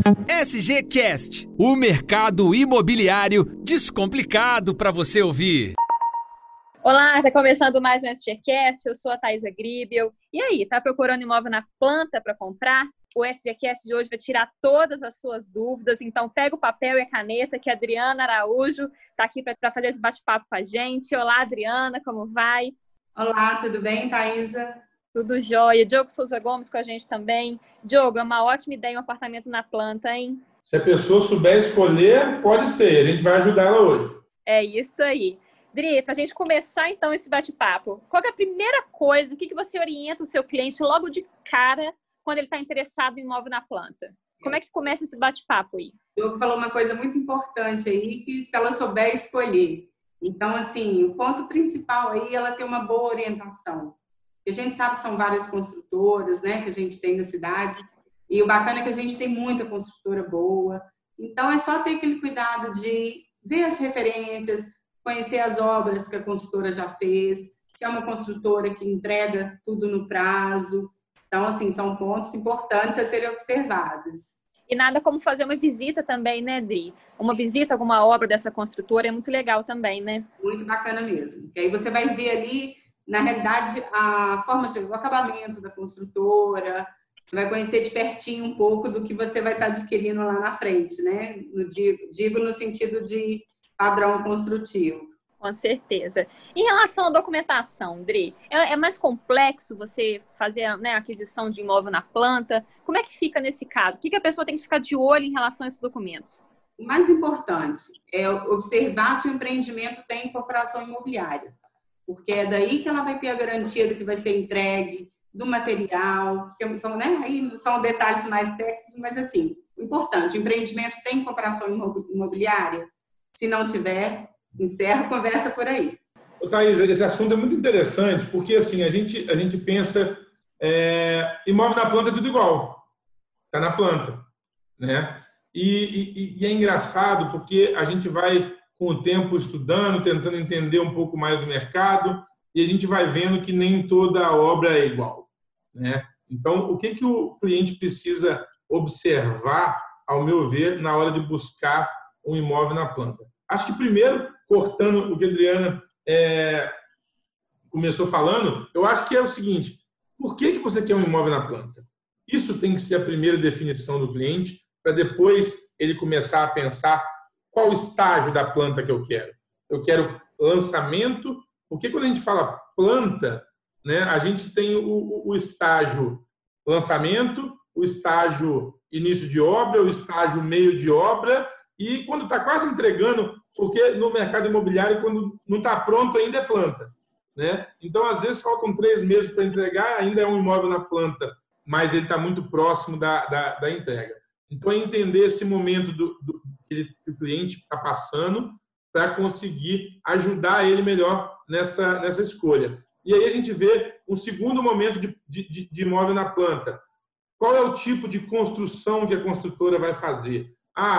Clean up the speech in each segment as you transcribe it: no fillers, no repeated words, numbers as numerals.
SG Cast, o mercado imobiliário descomplicado para você ouvir. Olá, está começando mais um SG Cast, eu sou a Thaisa Gribel. E aí, tá procurando imóvel na planta para comprar? O SG Cast de hoje vai tirar todas as suas dúvidas, então pega o papel e a caneta que a Adriana Araújo está aqui para fazer esse bate-papo com a gente. Olá, Adriana, como vai? Olá, tudo bem, Thaisa? Tudo jóia. Diogo Souza Gomes com a gente também. Diogo, é uma ótima ideia um apartamento na planta, hein? Se a pessoa souber escolher, pode ser. A gente vai ajudar ela hoje. É isso aí. Dri, para a gente começar então esse bate-papo, qual é a primeira coisa, o que você orienta o seu cliente logo de cara quando ele está interessado em imóvel na planta? Como é que começa esse bate-papo aí? O Diogo falou uma coisa muito importante aí, que se ela souber escolher. Então, assim, o ponto principal aí é ela ter uma boa orientação. A gente sabe que são várias construtoras, né, que a gente tem na cidade, e o bacana é que a gente tem muita construtora boa. Então, é só ter aquele cuidado de ver as referências, conhecer as obras que a construtora já fez, se é uma construtora que entrega tudo no prazo. Então, assim, são pontos importantes a serem observados. E nada como fazer uma visita também, né, Dri? Uma visita a alguma obra dessa construtora é muito legal também, né? Muito bacana mesmo. Que aí você vai ver ali, na realidade, a forma o acabamento da construtora, você vai conhecer de pertinho um pouco do que você vai estar adquirindo lá na frente, né? Digo no sentido de padrão construtivo. Com certeza. Em relação à documentação, Dri, é mais complexo você fazer, né, a aquisição de imóvel na planta? Como é que fica nesse caso? O que a pessoa tem que ficar de olho em relação a esses documentos? O mais importante é observar se o empreendimento tem incorporação imobiliária, porque é daí que ela vai ter a garantia do que vai ser entregue, do material, que são, né, aí são detalhes mais técnicos, mas assim, o importante, o empreendimento tem incorporação imobiliária? Se não tiver, encerra a conversa por aí. Thaís, esse assunto é muito interessante, porque assim, a gente pensa, imóvel na planta é tudo igual, está na planta, né? E é engraçado porque a gente vai, com o tempo, estudando, tentando entender um pouco mais do mercado, e a gente vai vendo que nem toda obra é igual, né? Então, o que o cliente precisa observar, ao meu ver, na hora de buscar um imóvel na planta? Acho que primeiro, cortando o que a Adriana começou falando, eu acho que é o seguinte: por que você quer um imóvel na planta? Isso tem que ser a primeira definição do cliente, para depois ele começar a pensar qual estágio da planta que eu quero. Eu quero lançamento, porque quando a gente fala planta, né, a gente tem o estágio lançamento, o estágio início de obra, o estágio meio de obra, e quando está quase entregando, porque no mercado imobiliário, quando não está pronto, ainda é planta, né? Então, às vezes, faltam 3 meses para entregar, ainda é um imóvel na planta, mas ele está muito próximo da entrega. Então, é entender esse momento que o cliente está passando para conseguir ajudar ele melhor nessa escolha. E aí a gente vê um segundo momento de imóvel na planta. Qual é o tipo de construção que a construtora vai fazer?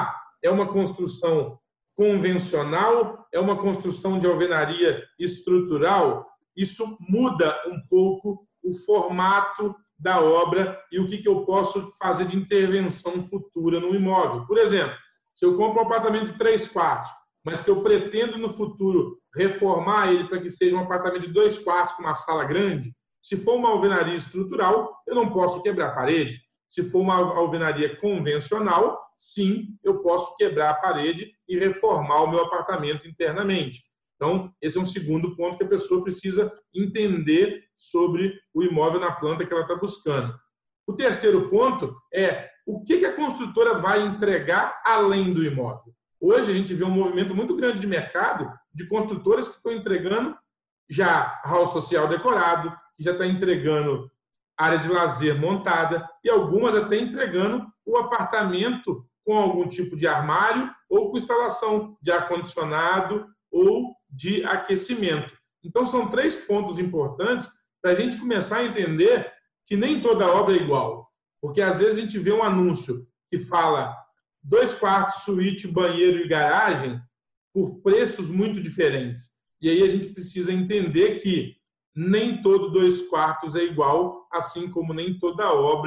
É uma construção convencional? É uma construção de alvenaria estrutural? Isso muda um pouco o formato da obra e o que eu posso fazer de intervenção futura no imóvel. Por exemplo, se eu compro um apartamento de 3 quartos, mas que eu pretendo no futuro reformar ele para que seja um apartamento de 2 quartos com uma sala grande, se for uma alvenaria estrutural, eu não posso quebrar a parede. Se for uma alvenaria convencional, sim, eu posso quebrar a parede e reformar o meu apartamento internamente. Então, esse é um segundo ponto que a pessoa precisa entender sobre o imóvel na planta que ela está buscando. O terceiro ponto é o que a construtora vai entregar além do imóvel. Hoje a gente vê um movimento muito grande de mercado de construtoras que estão entregando já hall social decorado, que já está entregando área de lazer montada e algumas até entregando o apartamento com algum tipo de armário ou com instalação de ar-condicionado ou de aquecimento. Então, são 3 pontos importantes para a gente começar a entender que nem toda obra é igual. Porque, às vezes, a gente vê um anúncio que fala 2 quartos, suíte, banheiro e garagem por preços muito diferentes. E aí a gente precisa entender que nem todo 2 quartos é igual, assim como nem toda obra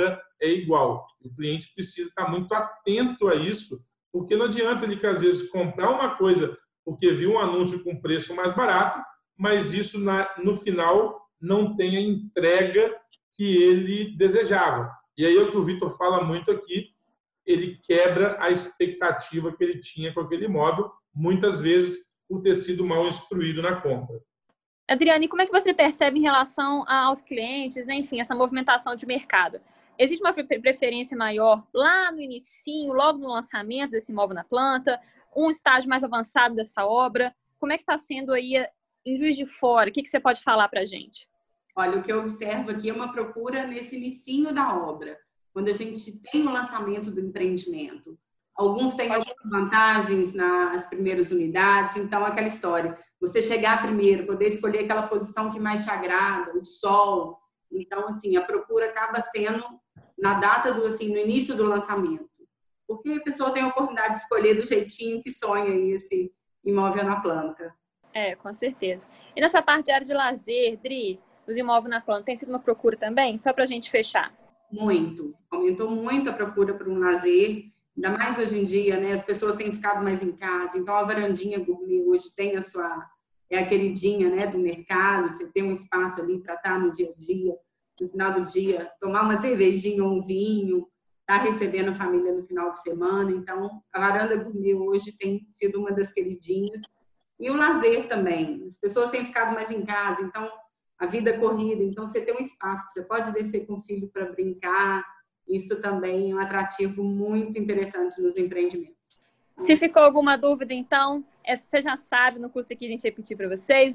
é igual. O cliente precisa estar muito atento a isso, porque não adianta ele, às vezes, comprar uma coisa porque viu um anúncio com preço mais barato, mas isso, no final, não tem a entrega que ele desejava. E aí é o que o Vitor fala muito aqui, ele quebra a expectativa que ele tinha com aquele imóvel, muitas vezes por ter sido mal instruído na compra. Adriane, como é que você percebe em relação aos clientes, né? Enfim, essa movimentação de mercado? Existe uma preferência maior lá no inicinho, logo no lançamento desse imóvel na planta, um estágio mais avançado dessa obra? Como é que está sendo aí em Juiz de Fora? O que você pode falar para a gente? Olha, o que eu observo aqui é uma procura nesse inicinho da obra, quando a gente tem o lançamento do empreendimento. Alguns têm algumas vantagens nas primeiras unidades, então aquela história, você chegar primeiro, poder escolher aquela posição que mais te agrada, o sol. Então, assim, a procura acaba sendo na data no início do lançamento, porque a pessoa tem a oportunidade de escolher do jeitinho que sonha aí esse imóvel na planta. Com certeza. E nessa parte de área de lazer, Dri, os imóveis na planta, tem sido uma procura também? Só para a gente fechar. Muito. Aumentou muito a procura por um lazer, ainda mais hoje em dia, né? As pessoas têm ficado mais em casa, então a varandinha gourmet hoje tem a queridinha, né, do mercado, você tem um espaço ali para estar no dia a dia, no final do dia, tomar uma cervejinha ou um vinho, estar recebendo a família no final de semana. Então, a varanda gourmet hoje tem sido uma das queridinhas. E o lazer também. As pessoas têm ficado mais em casa, então a vida corrida, então você tem um espaço que você pode descer com o filho para brincar. Isso também é um atrativo muito interessante nos empreendimentos. Se ficou alguma dúvida, então, você já sabe, no curso aqui a gente repetir para vocês,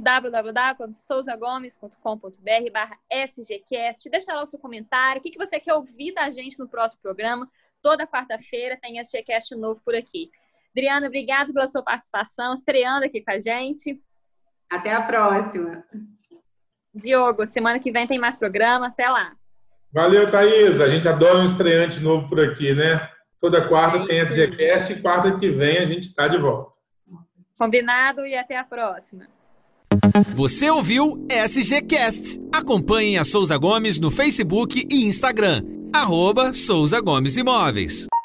www.souzagomes.com.br/sgcast. Deixa lá o seu comentário, o que você quer ouvir da gente no próximo programa. Toda quarta-feira tem SGCast novo por aqui. Adriana, obrigada pela sua participação, estreando aqui com a gente. Até a próxima. Diogo, semana que vem tem mais programa. Até lá. Valeu, Thaís. A gente adora um estreante novo por aqui, né? Toda quarta tem SGCast e quarta que vem a gente está de volta. Combinado e até a próxima. Você ouviu SGCast. Acompanhem a Souza Gomes no Facebook e Instagram. @Souza Gomes Imóveis.